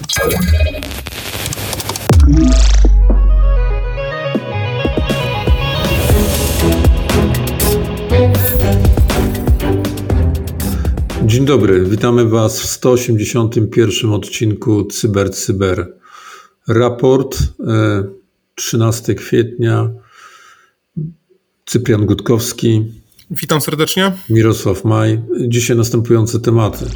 Dzień dobry, witamy Was w 181 odcinku Cyber. Raport 13 kwietnia. Cyprian Gutkowski. Witam serdecznie. Mirosław Maj. Dzisiaj następujące tematy.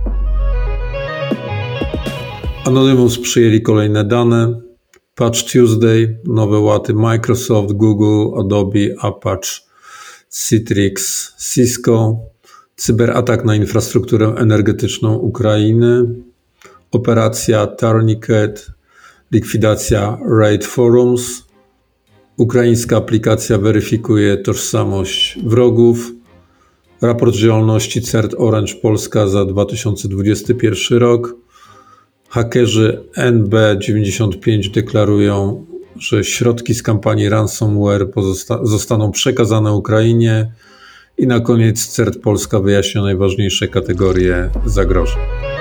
Anonymous przyjęli kolejne dane. Patch Tuesday, nowe łaty Microsoft, Google, Adobe, Apache, Citrix, Cisco. Cyberatak na infrastrukturę energetyczną Ukrainy. Operacja Tourniquet. Likwidacja Raid Forums. Ukraińska aplikacja weryfikuje tożsamość wrogów. Raport działalności CERT Orange Polska za 2021 rok. Hakerzy NB95 deklarują, że środki z kampanii ransomware zostaną przekazane Ukrainie. I na koniec CERT Polska wyjaśnia najważniejsze kategorie zagrożeń.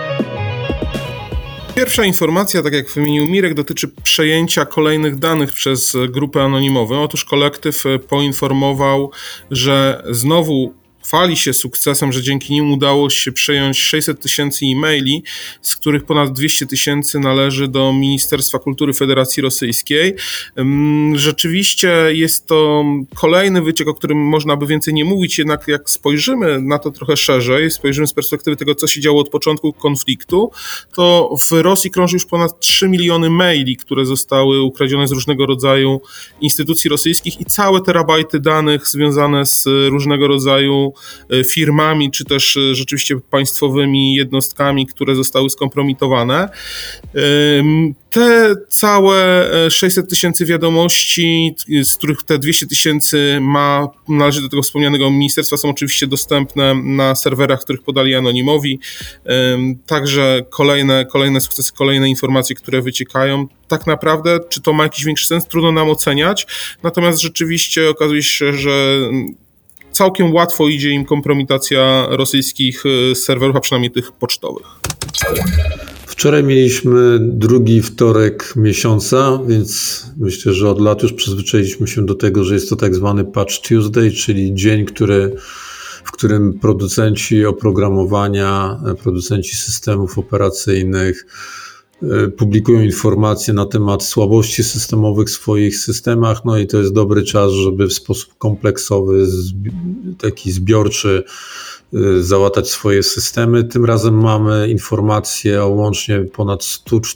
Pierwsza informacja, tak jak wymienił Mirek, dotyczy przejęcia kolejnych danych przez grupę anonimową. Otóż kolektyw poinformował, że znowu chwali się sukcesem, że dzięki nim udało się przejąć 600 tysięcy e-maili, z których ponad 200 tysięcy należy do Ministerstwa Kultury Federacji Rosyjskiej. Rzeczywiście jest to kolejny wyciek, o którym można by więcej nie mówić, jednak jak spojrzymy na to trochę szerzej, spojrzymy z perspektywy tego, co się działo od początku konfliktu, to w Rosji krąży już ponad 3 miliony maili, które zostały ukradzione z różnego rodzaju instytucji rosyjskich i całe terabajty danych związane z różnego rodzaju firmami, czy też rzeczywiście państwowymi jednostkami, które zostały skompromitowane. Te całe 600 tysięcy wiadomości, z których te 200 tysięcy należy do tego wspomnianego ministerstwa, są oczywiście dostępne na serwerach, których podali anonimowi. Także kolejne sukcesy, kolejne informacje, które wyciekają. Tak naprawdę, czy to ma jakiś większy sens? Trudno nam oceniać. Natomiast rzeczywiście okazuje się, że całkiem łatwo idzie im kompromitacja rosyjskich serwerów, a przynajmniej tych pocztowych. Wczoraj mieliśmy drugi wtorek miesiąca, więc myślę, że od lat już przyzwyczailiśmy się do tego, że jest to tak zwany Patch Tuesday, czyli dzień, w którym producenci oprogramowania, producenci systemów operacyjnych publikują informacje na temat słabości systemowych w swoich systemach, no i to jest dobry czas, żeby w sposób kompleksowy, taki zbiorczy załatać swoje systemy. Tym razem mamy informacje o łącznie ponad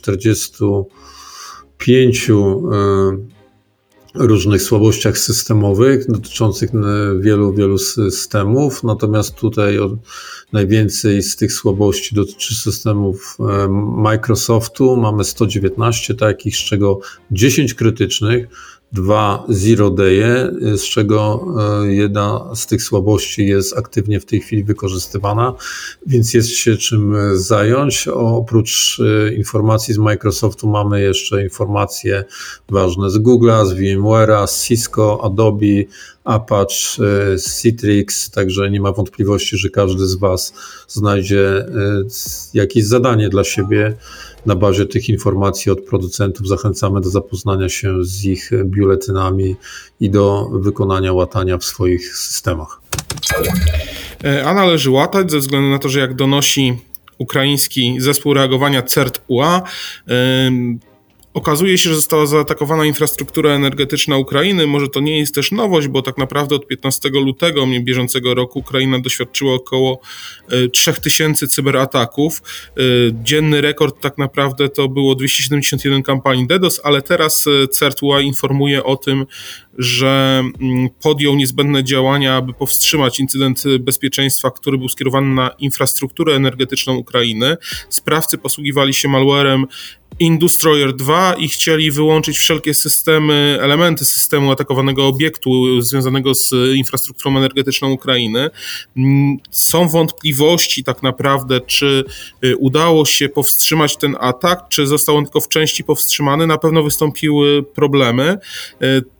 145 różnych słabościach systemowych dotyczących wielu systemów, natomiast tutaj najwięcej z tych słabości dotyczy systemów Microsoftu. Mamy 119 takich, z czego 10 krytycznych, 2 zero day'e, z czego jedna z tych słabości jest aktywnie w tej chwili wykorzystywana, więc jest się czym zająć. Oprócz informacji z Microsoftu mamy jeszcze informacje ważne z Google'a, z VMware'a, z Cisco, Adobe, Apache, Citrix, także nie ma wątpliwości, że każdy z Was znajdzie jakieś zadanie dla siebie na bazie tych informacji od producentów. Zachęcamy do zapoznania się z ich biuletynami i do wykonania łatania w swoich systemach. A należy łatać ze względu na to, że jak donosi ukraiński zespół reagowania CERT-UA, okazuje się, że została zaatakowana infrastruktura energetyczna Ukrainy. Może to nie jest też nowość, bo tak naprawdę od 15 lutego bieżącego roku Ukraina doświadczyła około 3000 cyberataków. Dzienny rekord tak naprawdę to było 271 kampanii DDoS, ale teraz CERT-UA informuje o tym, że podjął niezbędne działania, aby powstrzymać incydent bezpieczeństwa, który był skierowany na infrastrukturę energetyczną Ukrainy. Sprawcy posługiwali się malwarem Industroyer 2 i chcieli wyłączyć wszelkie elementy systemu atakowanego obiektu związanego z infrastrukturą energetyczną Ukrainy. Są wątpliwości tak naprawdę, czy udało się powstrzymać ten atak, czy został on tylko w części powstrzymany. Na pewno wystąpiły problemy.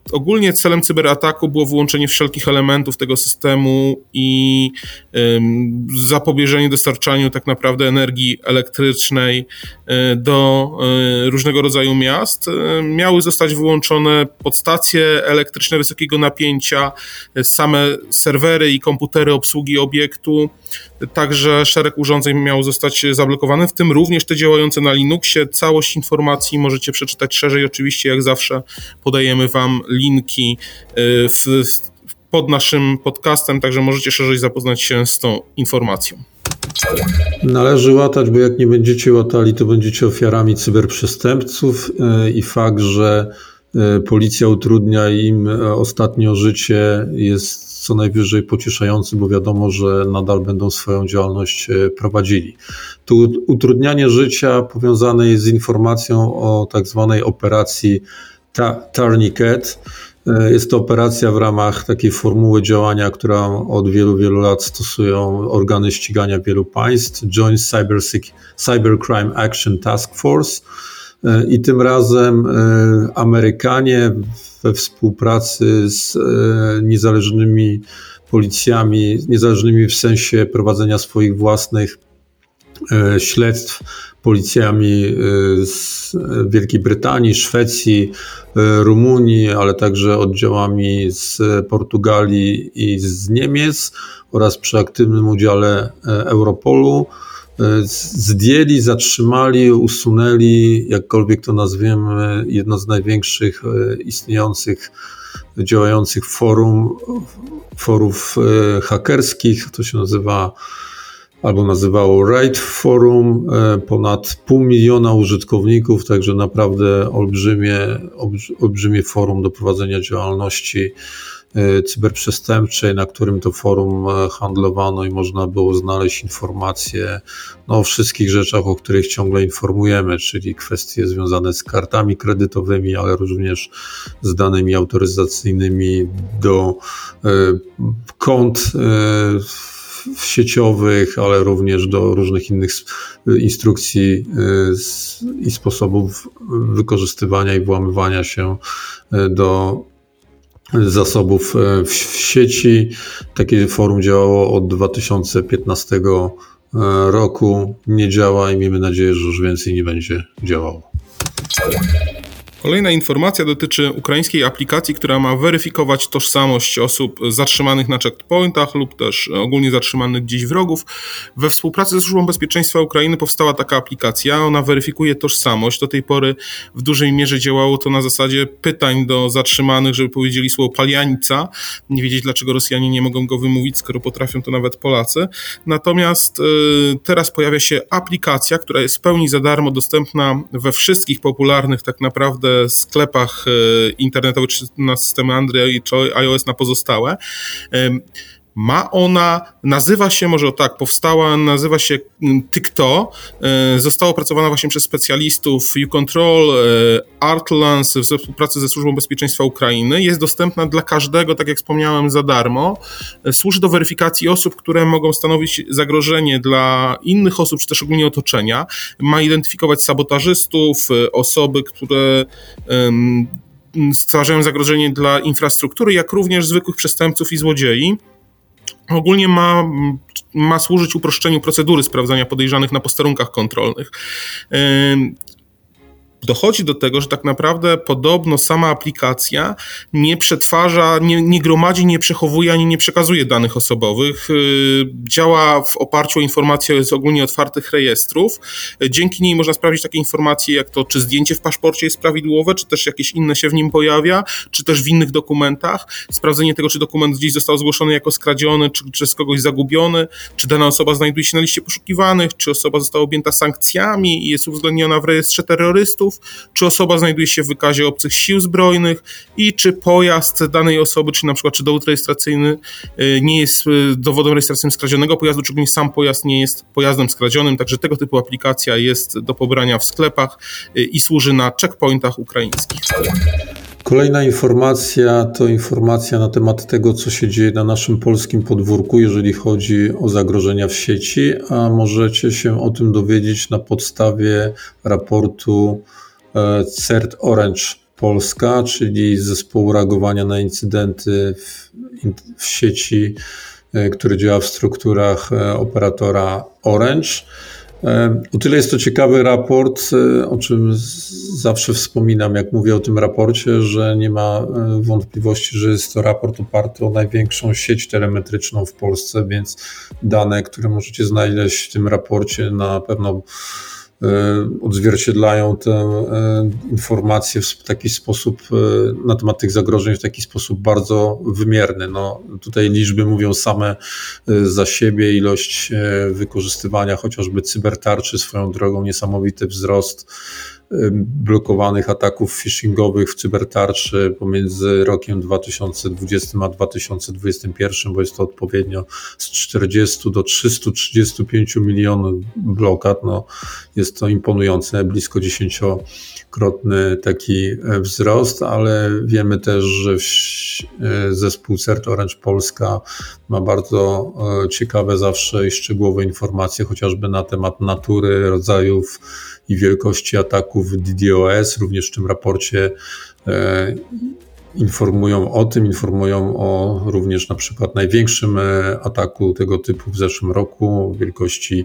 Ogólnie celem cyberataku było wyłączenie wszelkich elementów tego systemu i zapobieżenie dostarczaniu tak naprawdę energii elektrycznej do różnego rodzaju miast. Miały zostać wyłączone podstacje elektryczne wysokiego napięcia, same serwery i komputery obsługi obiektu, także szereg urządzeń miało zostać zablokowane, w tym również te działające na Linuxie. Całość informacji możecie przeczytać szerzej. Oczywiście, jak zawsze, podajemy Wam linki pod naszym podcastem, także możecie szerzej zapoznać się z tą informacją. Należy łatać, bo jak nie będziecie łatali, to będziecie ofiarami cyberprzestępców i fakt, że policja utrudnia im ostatnio życie, jest co najwyżej pocieszający, bo wiadomo, że nadal będą swoją działalność prowadzili. Tu utrudnianie życia powiązane jest z informacją o tak zwanej operacji Tourniquet. Jest to operacja w ramach takiej formuły działania, którą od wielu lat stosują organy ścigania wielu państw, Joint Cybercrime Action Task Force. I tym razem Amerykanie we współpracy z niezależnymi policjami, niezależnymi w sensie prowadzenia swoich własnych śledztw, policjami z Wielkiej Brytanii, Szwecji, Rumunii, ale także oddziałami z Portugalii i z Niemiec oraz przy aktywnym udziale Europolu zdjęli, zatrzymali, usunęli, jakkolwiek to nazwiemy, jedno z największych istniejących, działających forów hakerskich. To się nazywało Raid Forum, ponad 500 000 użytkowników, także naprawdę olbrzymie forum do prowadzenia działalności cyberprzestępczej, na którym to forum handlowano i można było znaleźć informacje o wszystkich rzeczach, o których ciągle informujemy, czyli kwestie związane z kartami kredytowymi, ale również z danymi autoryzacyjnymi do kont sieciowych, ale również do różnych innych instrukcji i sposobów wykorzystywania i włamywania się do zasobów w sieci. Takie forum działało od 2015 roku. Nie działa i miejmy nadzieję, że już więcej nie będzie działało. Kolejna informacja dotyczy ukraińskiej aplikacji, która ma weryfikować tożsamość osób zatrzymanych na checkpointach lub też ogólnie zatrzymanych gdzieś wrogów. We współpracy ze Służbą Bezpieczeństwa Ukrainy powstała taka aplikacja. Ona weryfikuje tożsamość. Do tej pory w dużej mierze działało to na zasadzie pytań do zatrzymanych, żeby powiedzieli słowo palianica. Nie wiedzieć, dlaczego Rosjanie nie mogą go wymówić, skoro potrafią to nawet Polacy. Natomiast teraz pojawia się aplikacja, która jest w pełni za darmo dostępna we wszystkich popularnych tak naprawdę sklepach internetowych, czy na systemy Android czy iOS na pozostałe. Nazywa się, nazywa się Tykto, została opracowana właśnie przez specjalistów U-Control, Artlans we współpracy ze Służbą Bezpieczeństwa Ukrainy. Jest dostępna dla każdego, tak jak wspomniałem, za darmo. Służy do weryfikacji osób, które mogą stanowić zagrożenie dla innych osób, czy też ogólnie otoczenia. Ma identyfikować sabotażystów, osoby, które stwarzają zagrożenie dla infrastruktury, jak również zwykłych przestępców i złodziei. Ogólnie ma służyć uproszczeniu procedury sprawdzania podejrzanych na posterunkach kontrolnych. Dochodzi do tego, że tak naprawdę podobno sama aplikacja nie przetwarza, nie gromadzi, nie przechowuje ani nie przekazuje danych osobowych. Działa w oparciu o informacje z ogólnie otwartych rejestrów. Dzięki niej można sprawdzić takie informacje jak to, czy zdjęcie w paszporcie jest prawidłowe, czy też jakieś inne się w nim pojawia, czy też w innych dokumentach. Sprawdzenie tego, czy dokument gdzieś został zgłoszony jako skradziony, czy przez kogoś zagubiony, czy dana osoba znajduje się na liście poszukiwanych, czy osoba została objęta sankcjami i jest uwzględniona w rejestrze terrorystów, czy osoba znajduje się w wykazie obcych sił zbrojnych i czy pojazd danej osoby, czy na przykład czy dowód rejestracyjny nie jest dowodem rejestracyjnym skradzionego pojazdu, czy sam pojazd nie jest pojazdem skradzionym. Także tego typu aplikacja jest do pobrania w sklepach i służy na checkpointach ukraińskich. Kolejna informacja to informacja na temat tego, co się dzieje na naszym polskim podwórku, jeżeli chodzi o zagrożenia w sieci, a możecie się o tym dowiedzieć na podstawie raportu CERT Orange Polska, czyli zespołu reagowania na incydenty w sieci, który działa w strukturach operatora Orange. O tyle jest to ciekawy raport, o czym zawsze wspominam, jak mówię o tym raporcie, że nie ma wątpliwości, że jest to raport oparty o największą sieć telemetryczną w Polsce, więc dane, które możecie znaleźć w tym raporcie, na pewno odzwierciedlają tę informację w taki sposób, na temat tych zagrożeń w taki sposób bardzo wymierny. No, tutaj liczby mówią same za siebie, ilość wykorzystywania chociażby cybertarczy swoją drogą, niesamowity wzrost blokowanych ataków phishingowych w cybertarczy pomiędzy rokiem 2020 a 2021, bo jest to odpowiednio z 40 do 335 milionów blokad. No, jest to imponujące, blisko 10-krotny taki wzrost, ale wiemy też, że zespół CERT Orange Polska ma bardzo ciekawe zawsze i szczegółowe informacje, chociażby na temat natury, rodzajów i wielkości ataków DDoS. Również w tym raporcie informują o również na przykład największym ataku tego typu w zeszłym roku, wielkości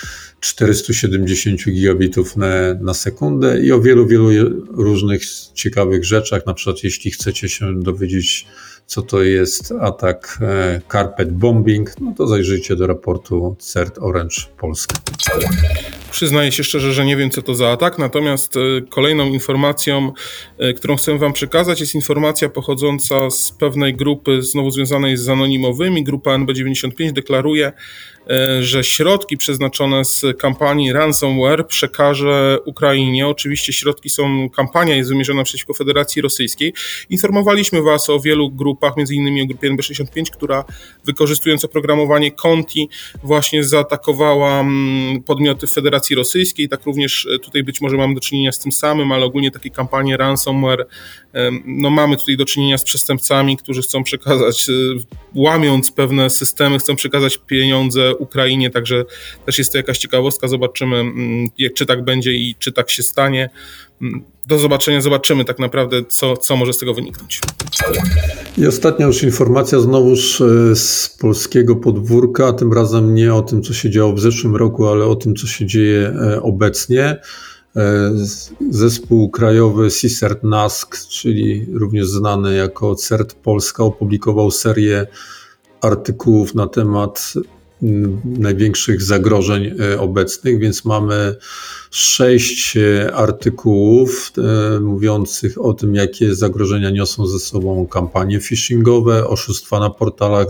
470 gigabitów na sekundę i o wielu różnych ciekawych rzeczach. Na przykład jeśli chcecie się dowiedzieć, co to jest atak carpet bombing, no to zajrzyjcie do raportu CERT Orange Polska. Przyznaję się szczerze, że nie wiem, co to za atak, natomiast kolejną informacją, którą chcę Wam przekazać, jest informacja pochodząca z pewnej grupy, znowu związanej z anonimowymi. Grupa NB95 deklaruje, że środki przeznaczone z kampanii ransomware przekaże Ukrainie. Oczywiście kampania jest wymierzona przeciwko Federacji Rosyjskiej. Informowaliśmy Was o wielu grupach, m.in. o grupie NB65, która wykorzystując oprogramowanie Conti właśnie zaatakowała podmioty Federacji Rosyjskiej. Tak również tutaj być może mamy do czynienia z tym samym, ale ogólnie takie kampanie ransomware, no mamy tutaj do czynienia z przestępcami, którzy chcą przekazać, łamiąc pewne systemy, chcą przekazać pieniądze Ukrainie, także też jest to jakaś ciekawostka, zobaczymy, czy tak będzie i czy tak się stanie. Do zobaczenia, zobaczymy tak naprawdę, co może z tego wyniknąć. I ostatnia już informacja znowuż z polskiego podwórka, tym razem nie o tym, co się działo w zeszłym roku, ale o tym, co się dzieje obecnie. Zespół krajowy CSIRT NASK, czyli również znany jako CERT Polska, opublikował serię artykułów na temat największych zagrożeń obecnych, więc mamy 6 artykułów mówiących o tym, jakie zagrożenia niosą ze sobą kampanie phishingowe, oszustwa na portalach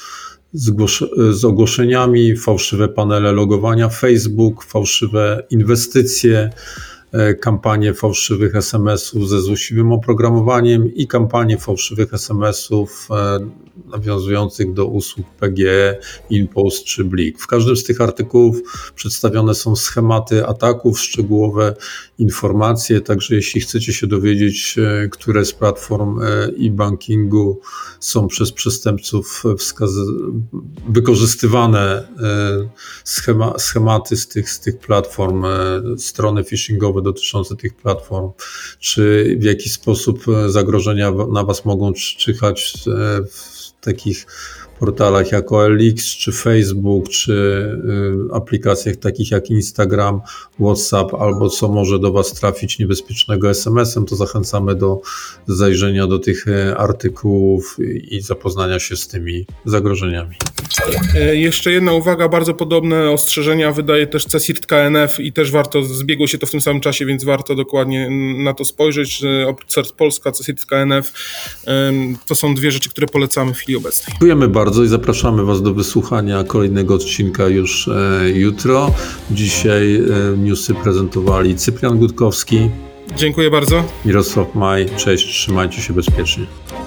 z ogłoszeniami, fałszywe panele logowania Facebook, fałszywe inwestycje, kampanie fałszywych SMS-ów ze złośliwym oprogramowaniem i kampanie fałszywych SMS-ów nawiązujących do usług PGE, InPost czy Blik. W każdym z tych artykułów przedstawione są schematy ataków, szczegółowe informacje, także jeśli chcecie się dowiedzieć, które z platform e-bankingu są przez przestępców wykorzystywane schematy z tych platform, strony phishingowe dotyczące tych platform, czy w jaki sposób zagrożenia na Was mogą czyhać w takich portalach jak OLX, czy Facebook, czy aplikacjach takich jak Instagram, WhatsApp, albo co może do Was trafić niebezpiecznego SMS-em, to zachęcamy do zajrzenia do tych artykułów i zapoznania się z tymi zagrożeniami. Jeszcze jedna uwaga, bardzo podobne ostrzeżenia wydaje też CSIRT KNF i też zbiegło się to w tym samym czasie, więc warto dokładnie na to spojrzeć. CERT Polska, CSIRT KNF to są dwie rzeczy, które polecamy w chwili obecnej. Dziękujemy bardzo i zapraszamy Was do wysłuchania kolejnego odcinka już jutro. Dzisiaj newsy prezentowali Cyprian Gutkowski. Dziękuję bardzo. Mirosław Maj. Cześć, trzymajcie się bezpiecznie.